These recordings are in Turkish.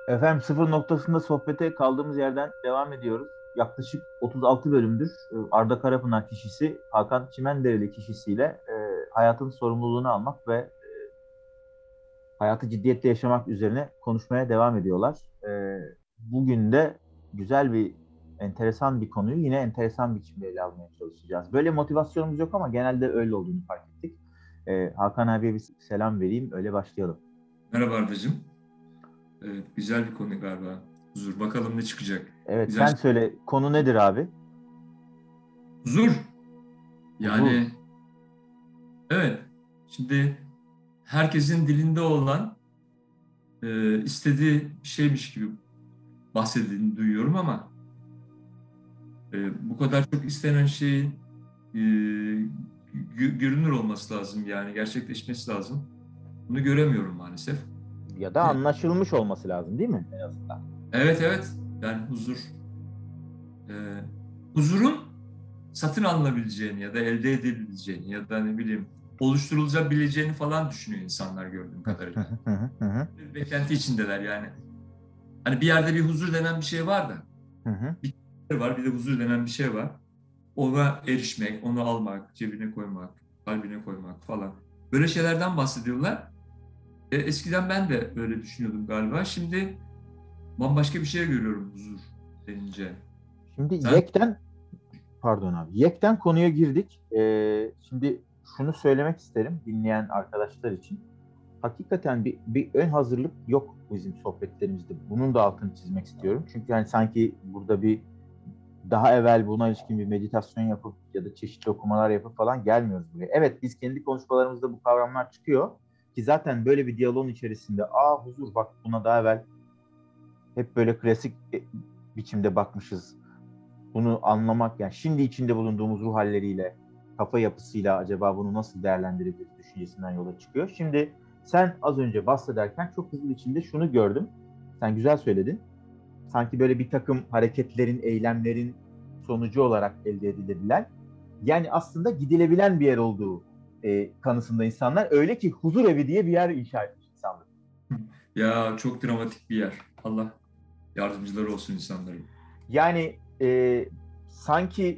Efendim sıfır noktasında sohbete kaldığımız yerden devam ediyoruz. Yaklaşık 36 bölümdür Arda Karapınar kişisi Hakan Çimendereli kişisiyle hayatın sorumluluğunu almak ve hayatı ciddiyetle yaşamak üzerine konuşmaya devam ediyorlar. Bugün de güzel bir, enteresan bir konuyu yine enteresan bir biçimde ele almaya çalışacağız. Böyle motivasyonumuz yok ama genelde öyle olduğunu fark ettik. Hakan abiye bir selam vereyim, öyle başlayalım. Merhaba Ardacığım. Evet, güzel bir konu galiba. Huzur. Bakalım ne çıkacak. Evet, Güzel. sen söyle, konu nedir abi? Huzur. Huzur. Yani evet. Şimdi herkesin dilinde olan istediği bir şeymiş gibi bahsedildiğini duyuyorum ama bu kadar çok istenen şeyin görünür olması lazım, yani gerçekleşmesi lazım. Bunu göremiyorum maalesef. Ya da E, anlaşılmış olması lazım değil mi en azından? evet, evet, yani huzur. E, Huzurun satın alınabileceğini ya da elde edebileceğini ya da ne bileyim oluşturulabileceğini falan düşünüyor insanlar gördüğüm kadarıyla. Bir beklenti içindeler yani. Hani bir yerde bir huzur denen bir şey var da bir şey var, bir de huzur denen bir şey var. Ona erişmek, onu almak, cebine koymak, kalbine koymak falan. Böyle şeylerden bahsediyorlar. Eskiden ben de öyle düşünüyordum galiba. Şimdi bambaşka bir şey görüyorum huzur denince. Şimdi Sen pardon abi, yekten konuya girdik. Şimdi şunu söylemek isterim dinleyen arkadaşlar için. Hakikaten bir ön hazırlık yok bizim sohbetlerimizde. Bunun da altını çizmek istiyorum. Çünkü yani sanki burada daha evvel buna ilişkin bir meditasyon yapıp ya da çeşitli okumalar yapıp falan gelmiyoruz buraya. Evet, biz kendi konuşmalarımızda bu kavramlar çıkıyor ki zaten böyle bir diyaloğun içerisinde huzur, bak buna daha evvel hep böyle klasik biçimde bakmışız. Bunu anlamak, yani şimdi içinde bulunduğumuz ruh halleriyle, kafa yapısıyla acaba bunu nasıl değerlendirebiliriz düşüncesinden yola çıkıyor. Şimdi sen az önce bahsederken çok hızlı içinde şunu gördüm. Sen güzel söyledin. Sanki böyle bir takım hareketlerin, eylemlerin sonucu olarak elde edilebilen, yani aslında gidilebilen bir yer olduğu kanısında insanlar. Öyle ki huzur evi diye bir yer inşa etmiş insanlar. ya çok dramatik bir yer. Allah yardımcıları olsun insanların. Yani sanki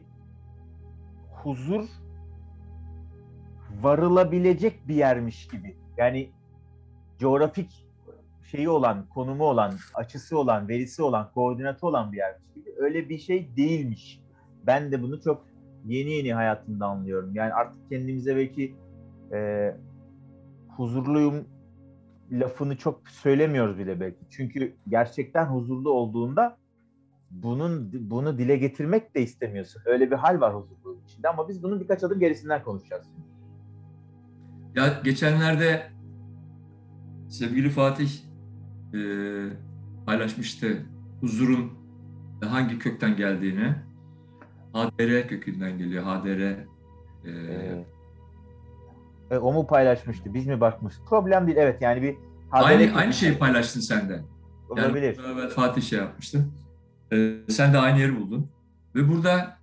huzur varılabilecek bir yermiş gibi. Yani coğrafik şeyi olan, konumu olan, açısı olan, verisi olan, koordinatı olan bir yermiş gibi. Öyle bir şey değilmiş. Ben de bunu çok yeni yeni hayatımda anlıyorum. Yani artık kendimize belki e, huzurluyum lafını çok söylemiyoruz bile belki. Çünkü gerçekten huzurlu olduğunda bunu dile getirmek de istemiyorsun. Öyle bir hal var huzurluğun içinde ama biz bunun birkaç adım gerisinden konuşacağız. Ya geçenlerde sevgili Fatih e, paylaşmıştı huzurun hangi kökten geldiğini. HDR kökünden geliyor. HDR. e, E, o mu paylaşmıştı, biz mi bakmıştık? Problem değil, evet, yani bir hadere aynı kökünden şeyi paylaştın sen de. Yani olabilir. beraber Fatih şey yapmıştı. Sen de aynı yeri buldun. Ve burada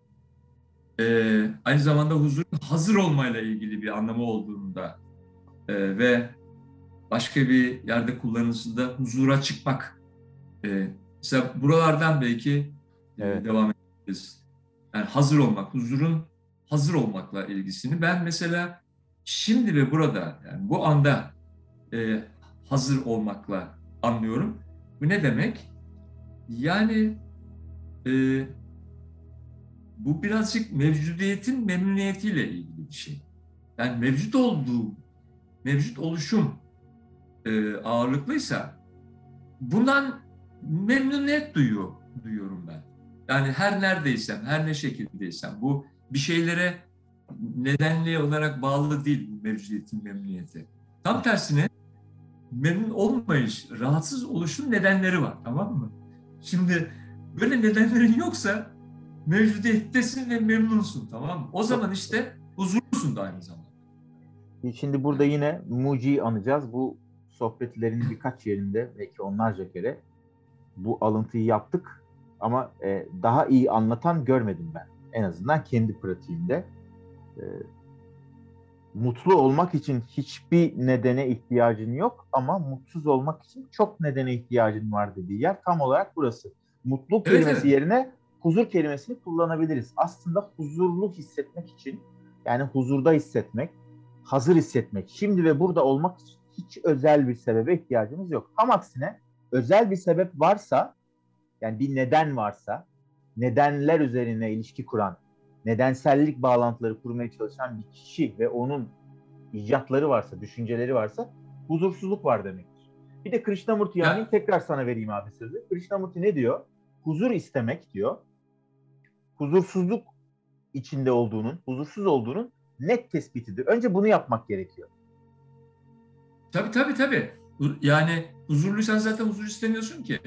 aynı zamanda huzurun hazır olmayla ilgili bir anlamı olduğunda ve başka bir yerde kullanıldığında huzura çıkmak. Mesela buralardan belki Evet. devam edeceğiz. Yani hazır olmak, huzurun hazır olmakla ilgisini ben mesela şimdi ve burada, yani bu anda e, hazır olmakla anlıyorum. Bu ne demek? Yani e, bu birazcık mevcudiyetin memnuniyetiyle ilgili bir şey. Yani mevcut oluşum ağırlıklıysa bundan memnuniyet duyuyorum ben. Yani her neredeysem, her ne şekildeysem bu bir şeylere nedenli olarak bağlı değil bu mevcudiyetin memnuniyeti. Tam tersine memnun olmayış, rahatsız oluşun nedenleri var, tamam mı? Şimdi böyle nedenlerin yoksa mevcudiyettesin ve memnunsun, tamam mı? O Çok zaman işte huzurlusun da aynı zamanda. Şimdi burada yine Muci'yi anacağız. Bu sohbetlerin birkaç yerinde, belki onlarca kere bu alıntıyı yaptık ama daha iyi anlatan görmedim ben. En azından kendi pratiğimde. E, mutlu olmak için hiçbir nedene ihtiyacın yok ama mutsuz olmak için çok nedene ihtiyacın var dediği yer tam olarak burası. Mutlu Evet, kelimesi evet. yerine huzur kelimesini kullanabiliriz. Aslında huzurlu hissetmek için, yani huzurda hissetmek, hazır hissetmek, şimdi ve burada olmak için hiç özel bir sebebe ihtiyacımız yok. Tam aksine özel bir sebep varsa, yani bir neden varsa, nedenler üzerine ilişki kuran, nedensellik bağlantıları kurmaya çalışan bir kişi ve onun icatları varsa, düşünceleri varsa huzursuzluk var demektir. Bir de Krishnamurti'yi anlayayım, Ya, tekrar sana vereyim abi sözü. Krishnamurti ne diyor? Huzur istemek diyor. Huzursuzluk içinde olduğunun, huzursuz olduğunun net tespitidir. Önce bunu yapmak gerekiyor. tabii, tabii, tabii. Yani huzurluysan zaten huzur istemiyorsun ki.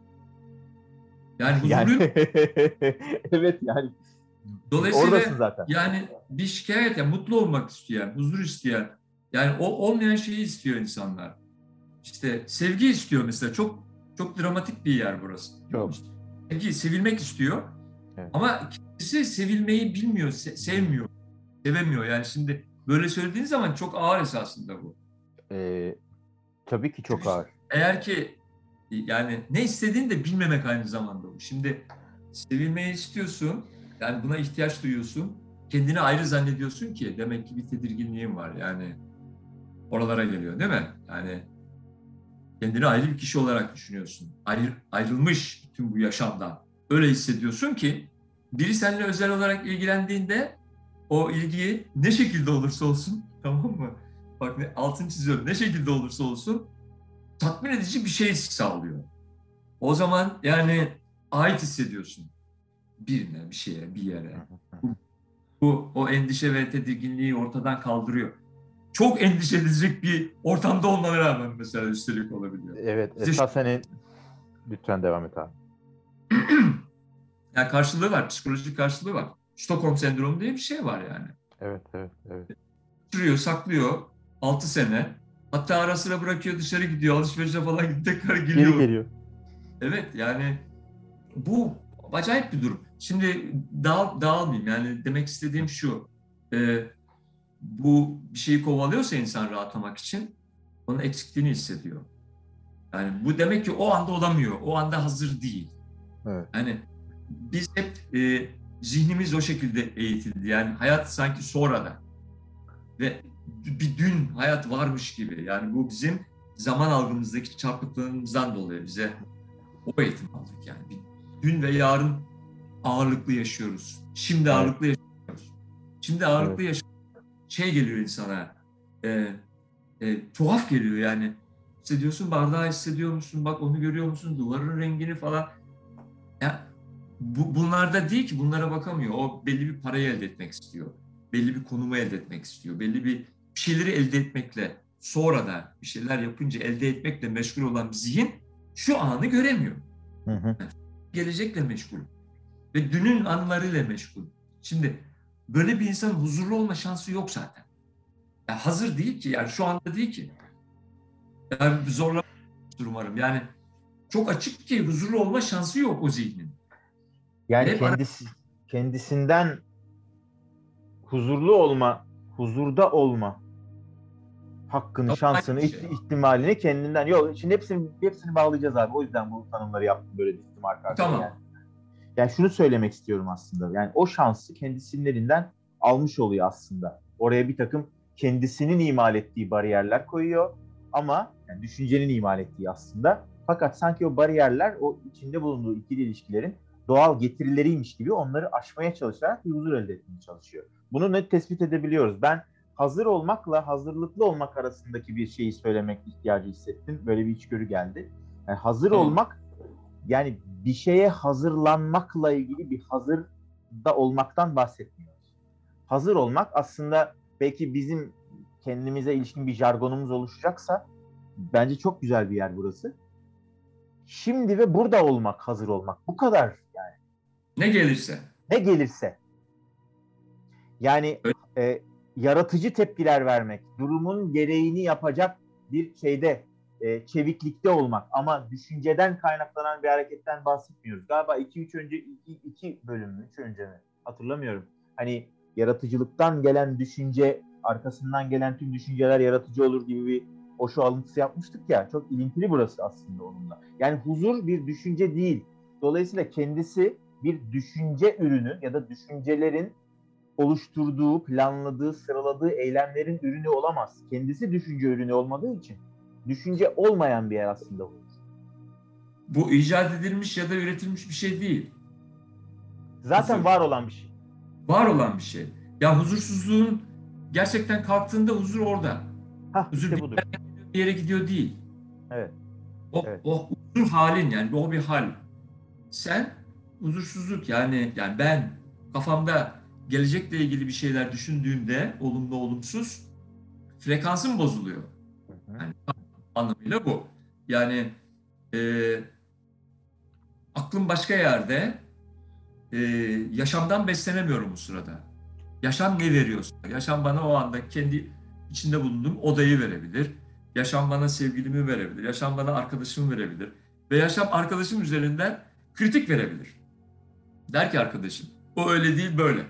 Yani Yani huzurluyum. evet, yani oradasın Dolayısıyla zaten. yani bir şikayet, yani mutlu olmak isteyen, huzur isteyen, yani o olmayan şeyi istiyor insanlar. İşte sevgi istiyor mesela. Çok çok dramatik bir yer burası. Çok. Sevgi, sevilmek istiyor. Evet. Ama kendisi sevilmeyi bilmiyor, sevmiyor, sevemiyor. Yani şimdi böyle söylediğin zaman çok ağır esasında bu. Ee, tabii ki çok Çünkü ağır. eğer ki yani ne istediğini de bilmemek aynı zamanda bu. Şimdi sevilmeyi istiyorsun, yani buna ihtiyaç duyuyorsun. Kendini ayrı zannediyorsun ki demek ki bir tedirginliğin var. Yani oralara geliyor değil mi? Yani kendini ayrı bir kişi olarak düşünüyorsun. Ayrılmış tüm bu yaşamdan. Öyle hissediyorsun ki biri seninle özel olarak ilgilendiğinde o ilgiyi ne şekilde olursa olsun, tamam mı? Bak, altını çiziyorum. Ne şekilde olursa olsun tatmin edici bir şey sağlıyor. O zaman yani ait hissediyorsun birine, bir şeye, bir yere. Bu o endişe ve tedirginliği ortadan kaldırıyor. Çok endişe edecek bir ortamda olmana rağmen mesela üstelik olabiliyor. Evet, İşte esasen lütfen devam et abi. yani karşılığı var, psikolojik karşılığı var. Stockholm sendromu diye bir şey var yani. Evet, evet, evet. Sürüyor, saklıyor 6 sene. Hatta ara sıra bırakıyor, dışarı gidiyor, alışverişe falan gidiyor, tekrar Geri geliyor. geliyor. Evet, yani bu acayip bir durum. Şimdi dağılmayayım. Yani demek istediğim şu. e, Bu bir şeyi kovalıyorsa insan rahatlamak için onun eksikliğini hissediyor. Yani bu demek ki o anda olamıyor. O anda hazır değil. Evet. Yani biz hep zihnimiz o şekilde eğitildi. Yani hayat sanki sonradan ve bir dün hayat varmış gibi. Yani bu bizim zaman algımızdaki çarpıklığımızdan dolayı bize o eğitim aldık. Yani bir dün ve yarın ağırlıklı yaşıyoruz. Şimdi Evet. ağırlıklı yaşıyoruz. Şimdi Evet. ağırlıklı şey geliyor insana. E, Tuhaf geliyor yani. Hissediyorsun, bardağı hissediyor musun? Bak onu görüyor musun? Duvarın rengini falan. Ya, bunlarda değil ki, bunlara bakamıyor. O belli bir parayı elde etmek istiyor. Belli bir konumu elde etmek istiyor. Belli bir şeyleri elde etmekle, sonra da bir şeyler yapınca elde etmekle meşgul olan bir zihin şu anı göremiyor. Hı hı. Yani gelecekle meşgul ve dünün anılarıyla meşgul. Şimdi böyle bir insanın huzurlu olma şansı yok zaten. Yani hazır değil ki, yani şu anda değil ki. Yani zorlamıştır umarım. Yani çok açık ki huzurlu olma şansı yok o zihnin. Ve Yani hep kendisinden huzurlu olma, huzurda olma hakkını, apayrı şansını, bir şey. ihtimalini kendinden. Yok, şimdi hepsini bağlayacağız abi. O yüzden bu tanımları yaptım, böyle dizdim arka arkaya yani. Tamam. Yani şunu söylemek istiyorum aslında. Yani o şansı kendisinin elinden almış oluyor aslında. Oraya bir takım kendisinin imal ettiği bariyerler koyuyor ama yani düşüncenin imal ettiği aslında. Fakat sanki o bariyerler o içinde bulunduğu ikili ilişkilerin doğal getirileriymiş gibi onları aşmaya çalışarak bir huzur elde etmeye çalışıyor. Bunu net tespit edebiliyoruz. Ben hazır olmakla hazırlıklı olmak arasındaki bir şeyi söylemek ihtiyacı hissettim. Böyle bir içgörü geldi. Yani hazır Tamam. olmak, yani bir şeye hazırlanmakla ilgili bir hazırda olmaktan bahsetmiyoruz. Hazır olmak aslında belki bizim kendimize ilişkin bir jargonumuz oluşacaksa bence çok güzel bir yer burası. Şimdi ve burada olmak, hazır olmak. Bu kadar yani. Ne gelirse. Ne gelirse. Yani Öyle. e, yaratıcı tepkiler vermek, durumun gereğini yapacak bir şeyde, çeviklikte olmak, ama düşünceden kaynaklanan bir hareketten bahsetmiyoruz. Galiba 2-3 önce, 2 bölüm mü, 3 önce mi? Hatırlamıyorum. Hani yaratıcılıktan gelen düşünce arkasından gelen tüm düşünceler yaratıcı olur gibi bir Osho alıntısı yapmıştık ya. Çok ilintili burası aslında onunla. Yani huzur bir düşünce değil. Dolayısıyla kendisi bir düşünce ürünü ya da düşüncelerin oluşturduğu, planladığı, sıraladığı eylemlerin ürünü olamaz. Kendisi düşünce ürünü olmadığı için düşünce olmayan bir yer aslında huzur. Bu icat edilmiş ya da üretilmiş bir şey değil. Zaten Huzur. var olan bir şey. Var olan bir şey. Ya huzursuzluğun gerçekten kalktığında huzur orada. Hah, Huzur işte bir budur. yere gidiyor değil. Evet, O, evet. o huzur halin, yani o bir hal. Sen huzursuzluk, yani ben kafamda gelecekle ilgili bir şeyler düşündüğümde olumlu olumsuz frekansım bozuluyor. Hı hı. Yani anlamıyla bu. Yani e, aklım başka yerde, e, yaşamdan beslenemiyorum bu sırada. Yaşam ne veriyorsa, yaşam bana o anda kendi içinde bulunduğum odayı verebilir. Yaşam bana sevgilimi verebilir. Yaşam bana arkadaşımı verebilir. Ve yaşam arkadaşım üzerinden kritik verebilir. Der ki arkadaşım, o öyle değil böyle.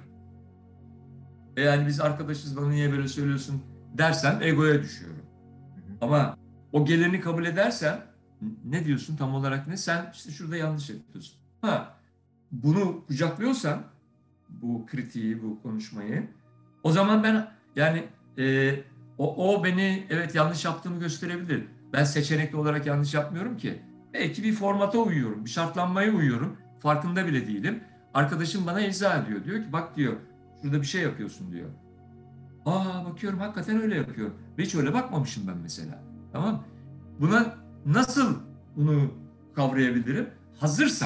Yani biz arkadaşız, bana niye böyle söylüyorsun dersem egoya düşüyorum. Hı hı. Ama o geleni kabul edersem, ne diyorsun tam olarak ne? Sen işte şurada yanlış yapıyorsun. Ha, bunu kucaklıyorsam, bu kritiği, bu konuşmayı, o zaman ben yani e, o beni evet yanlış yaptığımı gösterebilir. Ben seçenekli olarak yanlış yapmıyorum ki. Belki bir formata uyuyorum, bir şartlanmaya uyuyorum. Farkında bile değilim. Arkadaşım bana izah ediyor. Diyor ki bak diyor, şurada bir şey yapıyorsun diyor. Aa, bakıyorum hakikaten öyle yapıyor. Ve hiç öyle bakmamışım ben mesela. Tamam mı? Buna nasıl bunu kavrayabilirim? Hazırsam.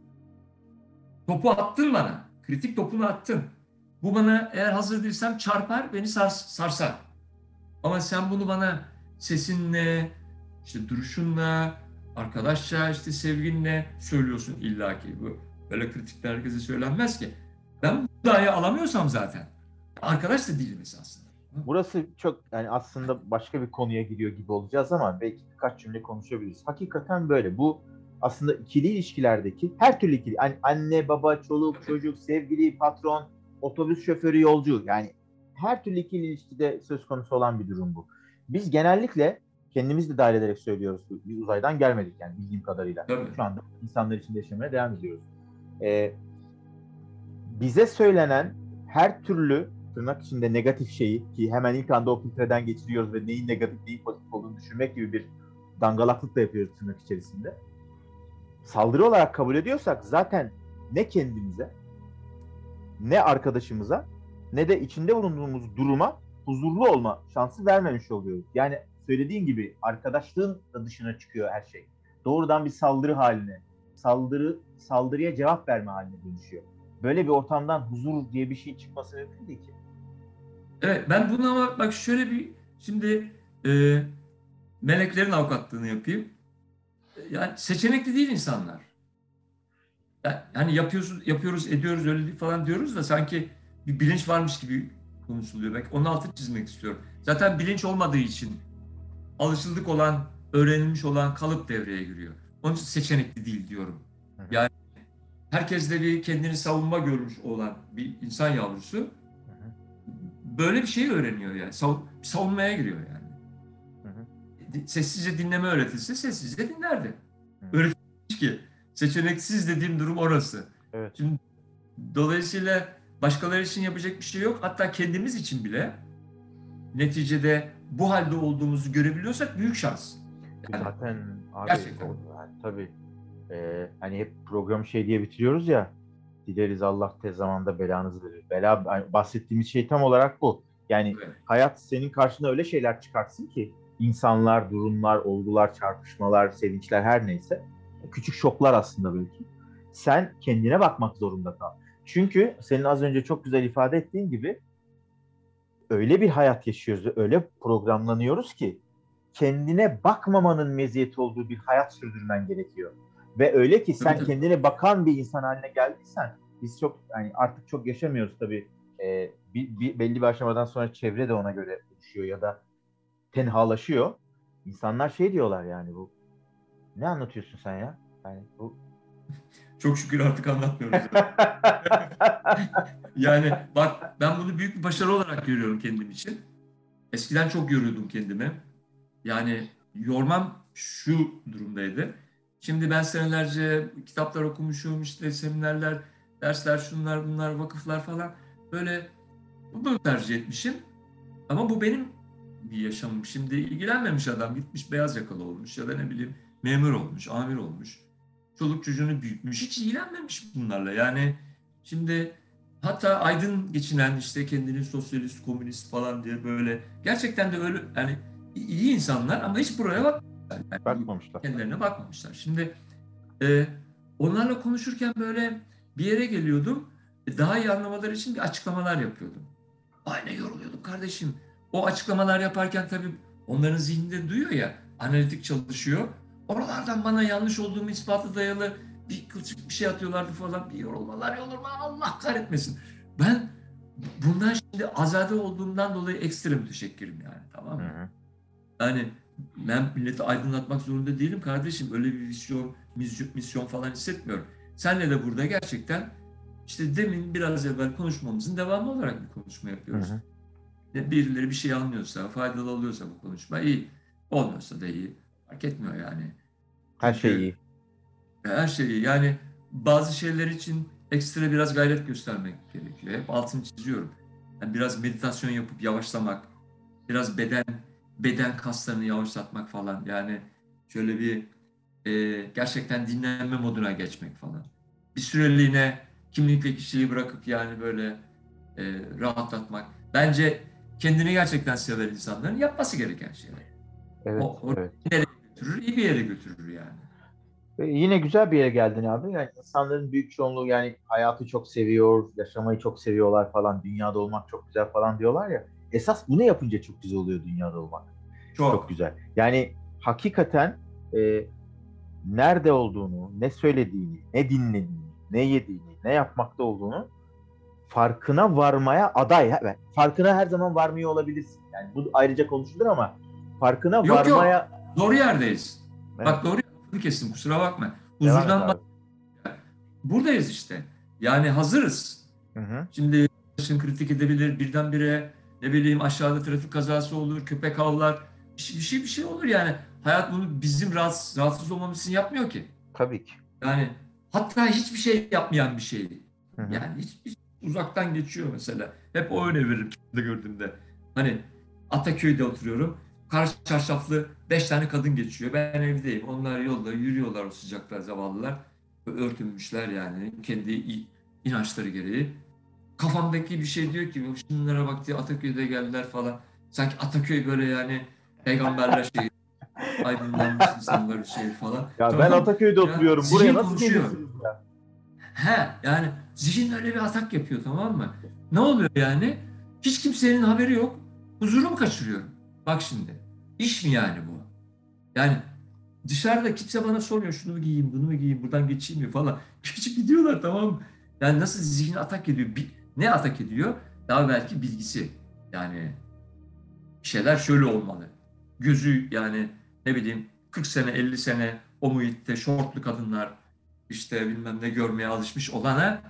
Topu attın bana. Kritik topunu attın. Bu bana, eğer hazır değilsem, çarpar, beni sarsar. Ama sen bunu bana sesinle, işte duruşunla, arkadaşça, işte sevginle söylüyorsun illaki. Bu böyle kritikler herkese söylenmez ki. Ben bu dahi alamıyorsam zaten arkadaş da değiliz aslında. Burası çok, yani aslında başka bir konuya gidiyor gibi olacağız ama belki birkaç cümle konuşabiliriz. Hakikaten böyle. Bu aslında ikili ilişkilerdeki her türlü ikili. Yani anne, baba, çoluk, çocuk, sevgili, patron, otobüs şoförü, yolcu. Yani her türlü ikili ilişkide söz konusu olan bir durum bu. Biz genellikle kendimiz de dahil ederek söylüyoruz. Biz uzaydan gelmedik yani bildiğim kadarıyla. Tabii. Şu anda insanlar içinde yaşamaya devam ediyoruz. Ee, Bize söylenen her türlü tırnak içinde negatif şeyi, ki hemen ilk anda o filtreden geçiriyoruz ve neyin negatif neyin pozitif olduğunu düşünmek gibi bir dangalaklık da yapıyoruz tırnak içerisinde. Saldırı olarak kabul ediyorsak zaten ne kendimize, ne arkadaşımıza, ne de içinde bulunduğumuz duruma huzurlu olma şansı vermemiş oluyoruz. Yani söylediğin gibi arkadaşlığın da dışına çıkıyor her şey. Doğrudan bir saldırı haline, saldırıya cevap verme haline dönüşüyor. Böyle bir ortamdan huzur diye bir şey çıkması mümkün değil ki. Evet, ben bunu ama bak şöyle bir, şimdi meleklerin avukatlığını yapayım. Yani seçenekli değil insanlar. Yani yapıyoruz, ediyoruz, öyle değil falan diyoruz da sanki bir bilinç varmış gibi konuşuluyor. Belki onun altını çizmek istiyorum. Zaten bilinç olmadığı için alışıldık olan, öğrenilmiş olan kalıp devreye giriyor. Onun için seçenekli değil diyorum. Hı hı. Yani herkesle bir kendini savunma görmüş olan bir insan yavrusu Hı hı. böyle bir şeyi öğreniyor yani. Savunmaya giriyor yani. Hı hı. Sessizce dinleme öğretilse sessizce dinlerdi. Hı. Öğretilmiş ki seçeneksiz dediğim durum orası. Evet. Şimdi dolayısıyla başkaları için yapacak bir şey yok. Hatta kendimiz için bile neticede bu halde olduğumuzu görebiliyorsak büyük şans. Yani Zaten abi gerçekten. yani, tabii hani hep programı şey diye bitiriyoruz ya, dileriz Allah tez zamanda belanızı verir. Bela, yani bahsettiğimiz şey tam olarak bu. Yani Evet. hayat senin karşına öyle şeyler çıkartsın ki insanlar, durumlar, olgular, çarpışmalar, sevinçler her neyse. Küçük şoklar aslında belki. Sen kendine bakmak zorunda kal. Çünkü senin az önce çok güzel ifade ettiğin gibi öyle bir hayat yaşıyoruz ve öyle programlanıyoruz ki kendine bakmamanın meziyeti olduğu bir hayat sürdürmen gerekiyor. Ve öyle ki sen Tabii, tabii. kendine bakan bir insan haline geldiysen, biz çok yani artık çok yaşamıyoruz tabii. Belli bir aşamadan sonra çevre de ona göre oluşuyor ya da tenhalaşıyor. İnsanlar şey diyorlar, yani bu ne anlatıyorsun sen ya? Yani bu Çok şükür artık anlatmıyoruz. Yani bak, ben bunu büyük bir başarı olarak görüyorum kendim için. eskiden çok yoruyordum kendimi. Yani yormam şu durumdaydı. Şimdi ben senelerce kitaplar okumuşum, işte seminerler, dersler, şunlar bunlar, vakıflar falan. Böyle bunu tercih etmişim. Ama bu benim bir yaşamım. Şimdi ilgilenmemiş adam gitmiş beyaz yakalı olmuş ya da ne bileyim memur olmuş, amir olmuş. Çoluk çocuğunu büyütmüş. Hiç ilgilenmemiş bunlarla. Yani şimdi hatta aydın geçinen işte kendini sosyalist, komünist falan diye böyle gerçekten de öyle yani iyi insanlar ama hiç buraya bakmamışlar. Yani Bakmamışlar. kendilerine bakmamışlar. Şimdi e, onlarla konuşurken böyle bir yere geliyordum. Daha iyi anlamaları için bir açıklamalar yapıyordum. Ay ne yoruluyordum kardeşim. O açıklamalar yaparken tabii onların zihninde duyuyor ya, analitik çalışıyor. Oralardan bana yanlış olduğumu ispatı dayalı bir kılçık bir şey atıyorlardı falan. Bir yorulmalar Allah kahretmesin. Ben bundan şimdi azade olduğumdan dolayı ekstra müteşekkirim yani, tamam Hı mı? hı. Yani ben milleti aydınlatmak zorunda değilim kardeşim. Öyle bir misyon falan hissetmiyorum. Senle de burada gerçekten işte demin biraz evvel konuşmamızın devamı olarak bir konuşma Hı yapıyoruz. hı. Birileri bir şey anlıyorsa, faydalı oluyorsa bu konuşma iyi. Olmuyorsa da iyi. Fark etmiyor yani. Her şey Çünkü iyi. her şeyi yani bazı şeyler için ekstra biraz gayret göstermek gerekiyor. Hep altını çiziyorum. Yani biraz meditasyon yapıp yavaşlamak, biraz beden kaslarını yavaşlatmak falan. Yani şöyle bir gerçekten dinlenme moduna geçmek falan. Bir süreliğine kimlik ve kişiliği bırakıp yani böyle rahatlatmak. Bence kendini gerçekten seven insanların yapması gereken şeyler. Evet, O evet. nereye götürür? İyi bir yere götürür yani. Ve yine güzel bir yere geldin abi. Yani insanların büyük çoğunluğu yani hayatı çok seviyor, yaşamayı çok seviyorlar falan, dünyada olmak çok güzel falan diyorlar ya. Esas bunu yapınca çok güzel oluyor dünyada olmak. Çok Çok. güzel. Yani hakikaten e, nerede olduğunu, ne söylediğini, ne dinlediğini, ne yediğini, ne yapmakta olduğunu farkına varmaya aday. Evet, farkına her zaman varmıyor olabilirsin. Yani bu ayrıca konuşulur ama farkına Yok yok. varmaya... Doğru yerdeyiz. Evet, Bak doğru lafını kestim, kusura bakma. devam et Huzurdan abi. buradayız işte. Yani hazırız. Hı hı. Şimdi başın kritik edebilir, birdenbire ne bileyim aşağıda trafik kazası olur, köpek havlar, bir şey olur yani. Hayat bunu bizim rahatsız olmamız için yapmıyor ki. Tabii ki. Yani hatta hiçbir şey yapmayan bir şey. Hı hı. Yani hiç uzaktan geçiyor mesela. Hep o öne veririm de gördüğümde. Hani Ataköy'de oturuyorum. Karşı çarşaflı 5 tane kadın geçiyor. Ben evdeyim. Onlar yolda yürüyorlar, o sıcaklar, zavallılar. Örtünmüşler yani kendi inançları gereği. Kafamdaki bir şey diyor ki şunlara bak diye, Ataköy'de geldiler falan. Sanki Ataköy böyle yani peygamberler şeyi, aydınlanmış insanlar şey falan. Ya ben Tamam. Ataköy'de Ya oturuyorum. Buraya zihin nasıl konuşuyor. gelirsiniz ya? He yani zihin öyle bir atak yapıyor, tamam mı? Ne oluyor yani? Hiç kimsenin haberi yok. Huzurumu kaçırıyorum. Bak şimdi. İş mi yani bu? Yani dışarıda kimse bana sormuyor şunu mu giyeyim, bunu mu giyeyim, buradan geçeyim mi falan. Geçip gidiyorlar, tamam mı? Yani nasıl zihin atak ediyor? Ne atak ediyor? Daha belki bilgisi. Yani bir şeyler şöyle olmalı. Gözü yani ne bileyim 40 sene 50 sene o muhitte şortlu kadınlar işte bilmem ne görmeye alışmış olana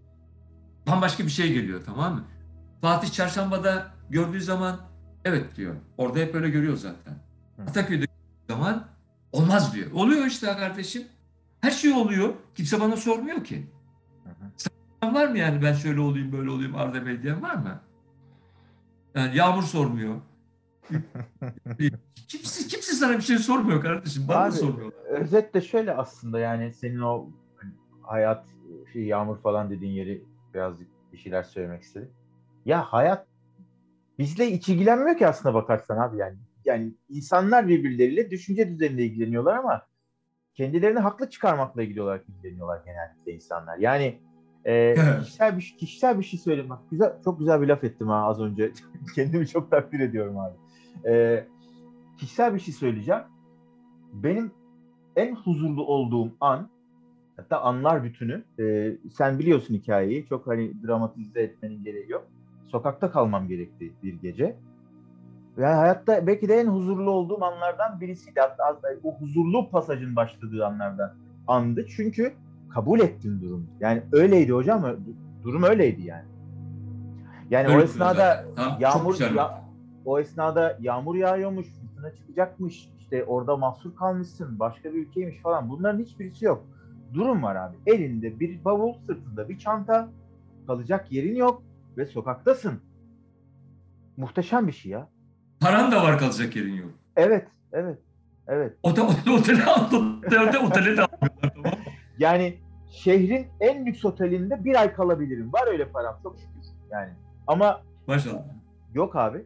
bambaşka bir şey geliyor, tamam mı? Fatih Çarşamba'da gördüğü zaman evet diyor. Orada hep öyle görüyor zaten. Hı hı. Ataköy'de gördüğü zaman olmaz diyor. Oluyor işte kardeşim. Her şey oluyor. Kimse bana sormuyor ki. Hı hı. Sen var mı yani ben şöyle olayım böyle olayım Arda Bey diyen var mı? Yani Yağmur sormuyor. Kimse sana bir şey sormuyor kardeşim. Bana da Abi sormuyorlar. özetle şöyle aslında yani senin o hani, hayat şey yağmur falan dediğin yeri birazcık bir şeyler söylemek istedim. Ya hayat bizle hiç ilgilenmiyor ki aslında bakarsan abi yani. Yani insanlar birbirleriyle düşünce düzeninde ilgileniyorlar ama kendilerini haklı çıkarmakla ilgili olarak ilgileniyorlar genellikle insanlar. Yani kişisel bir şey söyleyeyim bak. Güzel, çok güzel bir laf ettim ha az önce. Kendimi çok takdir ediyorum abi. Kişisel bir şey söyleyeceğim. Benim en huzurlu olduğum an, hatta anlar bütünü. Sen biliyorsun hikayeyi. Çok hani dramatize etmenin gereği yok. Sokakta kalmam gerekti bir gece. Yani hayatta belki de en huzurlu olduğum anlardan birisiydi. Hatta o huzurlu pasajın başladığı andı. Çünkü kabul ettim durumu. Yani öyleydi hocam. Durum öyleydi yani. Yani o Öyle oluyor zaten. esnada Tamam, çok yağmur güzel ya, nokta. o esnada yağmur yağıyormuş, fırtına çıkacakmış, işte orada mahsur kalmışsın, başka bir ülkeymiş falan. Bunların hiçbirisi yok. Durum var abi. Elinde bir bavul, sırtında bir çanta, kalacak yerin yok ve sokaktasın. Muhteşem bir şey ya. Paran da var, kalacak yerin yok. Evet, evet, evet. Otele aldılar, otele de almıyorlar, tamam mı? Yani şehrin en lüks otelinde bir ay kalabilirim. Var öyle param, çok şükür. Yani ama Maşallah. yok abi.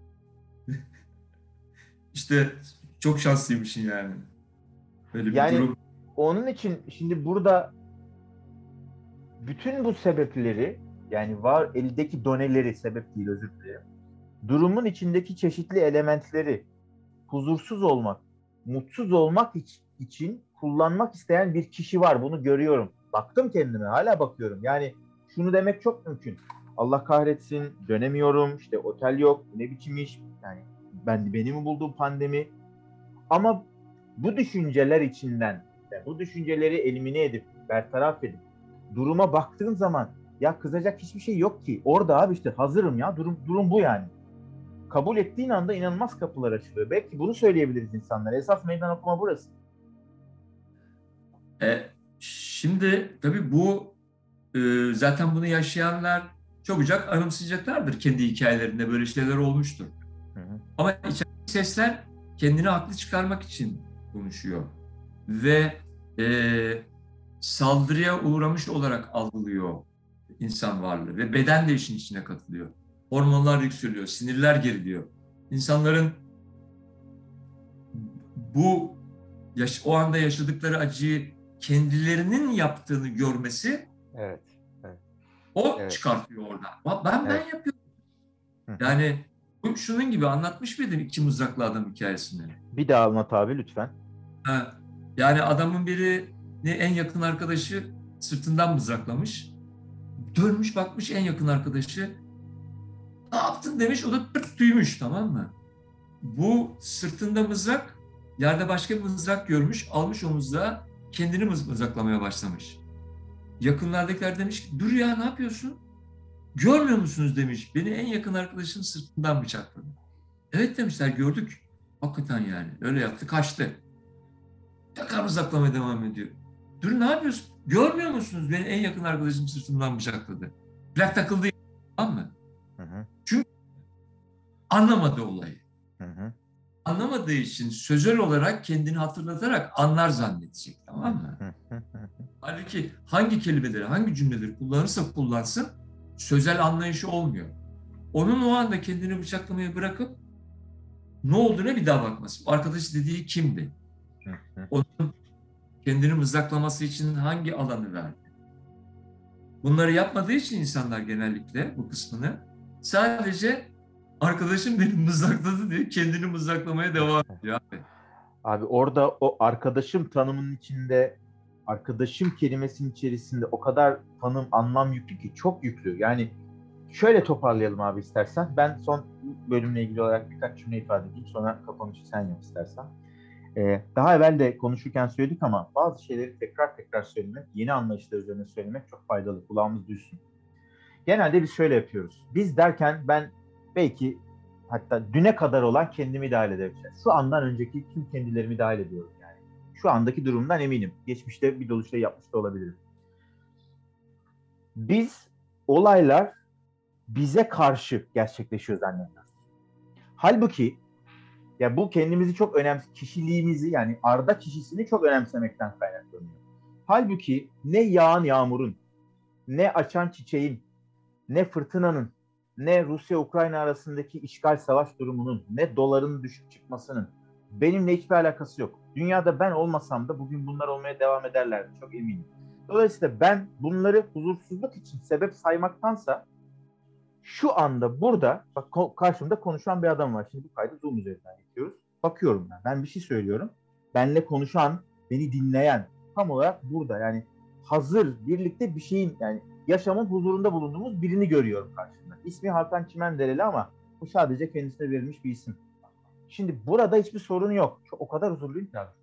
İşte çok şanslıymışsın yani. Böyle bir Yani durum. onun için şimdi burada bütün bu sebepleri, yani var eldeki doneleri, sebep değil, özür dilerim. Durumun içindeki çeşitli elementleri huzursuz olmak, mutsuz olmak için kullanmak isteyen bir kişi var. Bunu görüyorum. Baktım kendime, hala bakıyorum. Yani şunu demek çok mümkün. Allah kahretsin, dönemiyorum, işte otel yok, ne biçim iş, yani beni mi buldu pandemi? Ama bu düşünceler içinden, yani bu düşünceleri elimine edip, bertaraf edip, duruma baktığım zaman ya kızacak hiçbir şey yok ki. Orada abi işte hazırım ya, durum bu yani. Kabul ettiğin anda inanılmaz kapılar açılıyor. Belki bunu söyleyebiliriz insanlara. Esas meydan okuma burası. Şimdi tabii bu zaten bunu yaşayanlar çabucak anımsayacaklardır, kendi hikayelerinde böyle şeyler olmuştur. Hı hı. Ama içerideki sesler kendini haklı çıkarmak için konuşuyor ve saldırıya uğramış olarak algılıyor insan varlığı ve beden de işin içine katılıyor. Hormonlar yükseliyor, sinirler geriliyor. İnsanların bu o anda yaşadıkları acıyı kendilerinin yaptığını görmesi, Evet. Evet. o Evet. çıkartıyor orada. Ben Evet. yapıyorum. Hı hı. Yani şunun gibi anlatmış mıydım iki mızraklı adam hikayesini? Bir daha anlat abi lütfen. Ha, yani adamın biri en yakın arkadaşı sırtından mızraklamış. Dönmüş bakmış en yakın arkadaşı. Ne yaptın demiş, o da tırt tüymüş, tamam mı? Bu sırtında mızrak, yerde başka bir mızrak görmüş, almış o mızrağı, kendini mızraklamaya başlamış. Yakınlardakiler demiş ki, dur ya ne yapıyorsun? Görmüyor musunuz demiş, beni en yakın arkadaşım sırtından bıçakladı. Evet demişler, gördük. Hakikaten yani öyle yaptı, kaçtı. Tekrar mızraklamaya devam ediyor. Dur ne yapıyorsun? Görmüyor musunuz, beni en yakın arkadaşım sırtımdan bıçakladı. Plak takıldı, tamam mı? Hı hı. Çünkü anlamadı olayı. Hı hı. Anlamadığı için sözel olarak kendini hatırlatarak anlar zannedecek, tamam mı? Hı hı. Hı. Halbuki hangi kelimeleri, hangi cümleleri kullanırsa kullansın sözel anlayışı olmuyor. Onun o anda kendini bıçaklamayı bırakıp ne olduğuna bir daha bakması. Arkadaş dediği kimdi? Hı hı. Onun kendini mızraklaması için hangi alanı verdi? Bunları yapmadığı için insanlar genellikle bu kısmını sadece arkadaşım beni mızrakladı diye kendini mızraklamaya devam ediyor abi. Abi orada o arkadaşım tanımının içinde, arkadaşım kelimesinin içerisinde o kadar tanım, anlam yüklü ki, çok yüklü. Yani şöyle toparlayalım abi istersen. Ben son bölümle ilgili olarak birkaç cümle ifade edeyim. Sonra kapanışı sen yap istersen. Daha evvel de konuşurken söyledik ama bazı şeyleri tekrar tekrar söylemek, yeni anlayışlar üzerine söylemek çok faydalı. Kulağımız duysun. Genelde biz şöyle yapıyoruz. Biz derken ben belki hatta düne kadar olan kendimi dahil edebileceğim. Şu andan önceki tüm kendilerimi dahil ediyorum yani. Şu andaki durumdan eminim. Geçmişte bir dolu şey yapmış da olabilirim. Biz olaylar bize karşı gerçekleşiyor zannediyoruz. Halbuki ya bu kendimizi çok kişiliğimizi, yani Arda kişisini çok önemsemekten kaynaklanıyor. Halbuki ne yağan yağmurun, ne açan çiçeğin, ne fırtınanın, ne Rusya-Ukrayna arasındaki işgal savaş durumunun, ne doların düşüp çıkmasının benimle hiçbir alakası yok. Dünyada ben olmasam da bugün bunlar olmaya devam ederlerdi, çok eminim. Dolayısıyla ben bunları huzursuzluk için sebep saymaktansa şu anda burada bak, karşımda konuşan bir adam var. Şimdi bu kaydı Zoom üzerinden yapıyoruz. Bakıyorum ben. Ben bir şey söylüyorum. Benle konuşan, beni dinleyen tam olarak burada. Yani hazır birlikte bir şeyin, yani yaşamın huzurunda bulunduğumuz birini görüyorum karşımda. İsmi Hakan Çimendereli ama bu sadece kendisine verilmiş bir isim. Şimdi burada hiçbir sorun yok. O kadar huzurluyum ki abi.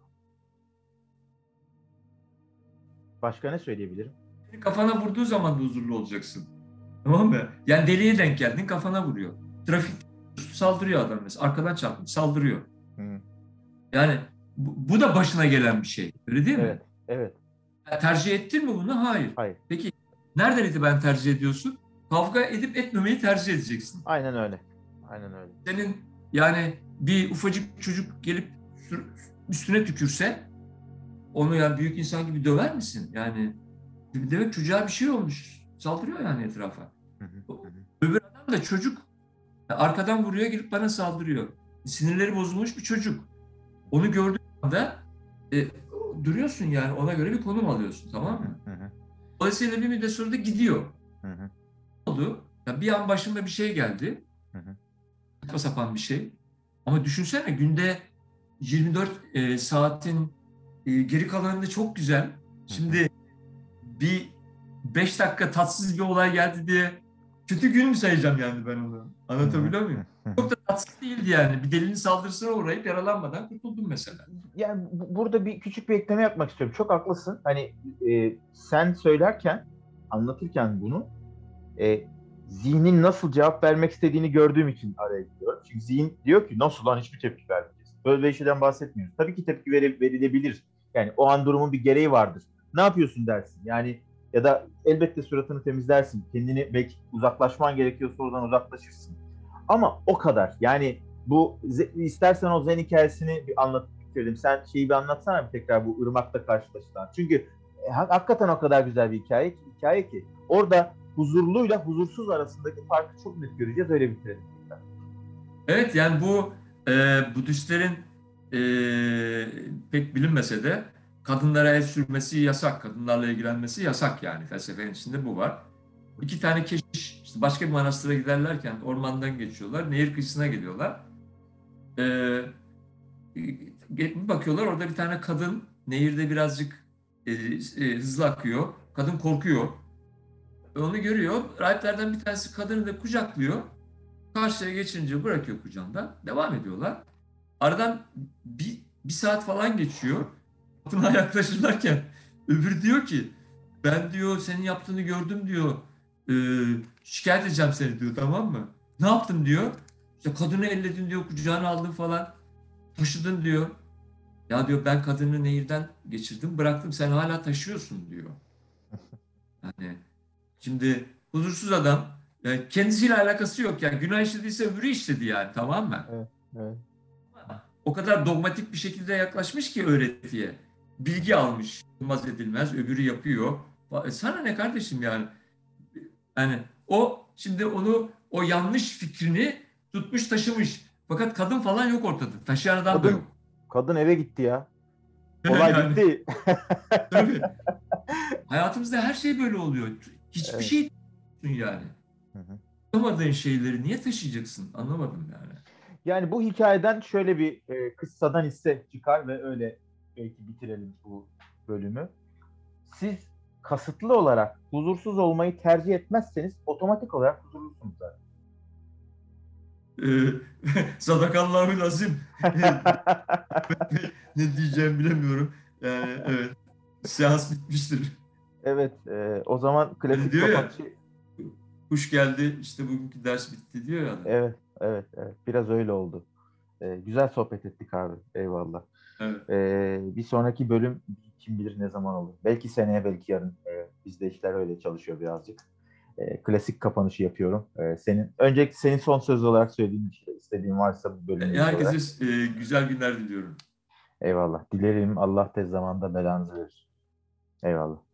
Başka ne söyleyebilirim? Kafana vurduğu zaman da huzurlu olacaksın. Tamam mı? Yani deliye denk geldin, kafana vuruyor. Trafik saldırıyor adam mesela. Arkadan çarpmış saldırıyor. Hı. Yani bu da başına gelen bir şey. Öyle değil mi? Evet. Evet. Tercih ettin mi bunu? Hayır. Hayır. Peki nereden itibaren tercih ediyorsun? Kavga edip etmemeyi tercih edeceksin. Aynen öyle. Aynen öyle. Senin yani bir ufacık çocuk gelip üstüne tükürse onu yani büyük insan gibi döver misin? Yani demek çocuğa bir şey olmuş. Saldırıyor yani etrafa. Hı hı, hı hı. Öbür adam da çocuk. Arkadan vuruyor gelip bana saldırıyor. Sinirleri bozulmuş bir çocuk. Onu gördüğün anda duruyorsun yani ona göre bir konum alıyorsun, tamam mı? Hı hı, Dolayısıyla bir müddet sonra da gidiyor. hı hı, Ne oldu? Ya bir an başıma bir şey geldi. hı hı. Saçma sapan bir şey. Ama düşünsene günde 24 saatin geri kalanında çok güzel. Şimdi bir 5 dakika tatsız bir olay geldi diye kötü gün mü sayacağım yani ben onu? Anlatabiliyor muyum? Çok da tatsız değildi yani. Bir delinin saldırısına uğrayıp yaralanmadan kurtuldum mesela. Yani burada bir küçük bir ekleme yapmak istiyorum. Çok haklısın. Hani sen söylerken, anlatırken bunu zihnin nasıl cevap vermek istediğini gördüğüm için araya giriyorum. Çünkü zihin diyor ki nasıl lan hiçbir tepki vermeyeceğiz. Böyle bir şeyden bahsetmiyoruz. Tabii ki tepki verilebilir. Yani o an durumun bir gereği vardır. Ne yapıyorsun dersin. Yani ya da elbette suratını temizlersin. Kendini belki uzaklaşman gerekiyorsa oradan uzaklaşırsın. Ama o kadar. Yani bu istersen o zen hikayesini bir anlatıp bitirelim. Sen şeyi bir anlatsana bir tekrar bu ırmakta karşılaşılan. Çünkü hakikaten o kadar güzel bir hikaye ki. Orada huzurluyla huzursuz arasındaki farkı çok net göreceğiz. Öyle bitirelim. Evet yani bu Budistlerin pek bilinmese de kadınlara el sürmesi yasak, kadınlarla ilgilenmesi yasak yani felsefenin içinde bu var. İki tane keşiş işte başka bir manastıra giderlerken ormandan geçiyorlar, nehir kıyısına geliyorlar. Bir bakıyorlar orada bir tane kadın nehirde birazcık hızlı akıyor. Kadın korkuyor. Onu görüyor. Rahiplerden bir tanesi kadını da kucaklıyor. Karşıya geçince bırakıyor kucağından. Devam ediyorlar. Aradan bir saat falan geçiyor. Kapına yaklaşırlarken öbürü diyor ki ben diyor senin yaptığını gördüm diyor. Şikayet edeceğim seni diyor, tamam mı? Ne yaptın diyor. İşte kadını elledin diyor, kucağına aldın falan. Taşıdın diyor. Ya diyor ben kadını nehirden geçirdim bıraktım sen hala taşıyorsun diyor. Yani şimdi huzursuz adam yani kendisiyle alakası yok yani günah işlediyse öbürü işledi yani, tamam mı? Evet, evet. O kadar dogmatik bir şekilde yaklaşmış ki öğretiye. Bilgi almış. Olmaz edilmez. Öbürü yapıyor. Sana ne kardeşim yani? Yani o şimdi onu o yanlış fikrini tutmuş taşımış. Fakat kadın falan yok ortada. Taşıyan adam da yok. Kadın eve gitti ya. Olay Yani bitti. tabii. Hayatımızda her şey böyle oluyor. Hiçbir Evet. şey yani. Hı hı. Yapamadığın şeyleri niye taşıyacaksın? Anlamadım yani. Yani bu hikayeden şöyle bir kıssadan hisse çıkar ve öyle belki bitirelim bu bölümü. Siz kasıtlı olarak huzursuz olmayı tercih etmezseniz otomatik olarak huzurlusunuz zaten. Sadakallahu lazim. Ne diyeceğimi bilemiyorum. Yani evet. Seans bitmiştir. Evet, o zaman Hani klasik diyor ya kapanışı. kuş geldi işte bugünkü ders bitti diyor ya adam. Evet, evet, evet. Biraz öyle oldu. Güzel sohbet ettik abi. Eyvallah. Evet. Bir sonraki bölüm kim bilir ne zaman olur. Belki seneye, belki yarın. Bizde işler öyle çalışıyor birazcık. Klasik kapanışı yapıyorum. Öncelikle senin son söz olarak söylediğin bir şey, istediğin varsa bu bölümle ilgili olarak. Herkese güzel günler diliyorum. Eyvallah. Dilerim Allah tez zamanda belanızı verir. Eyvallah.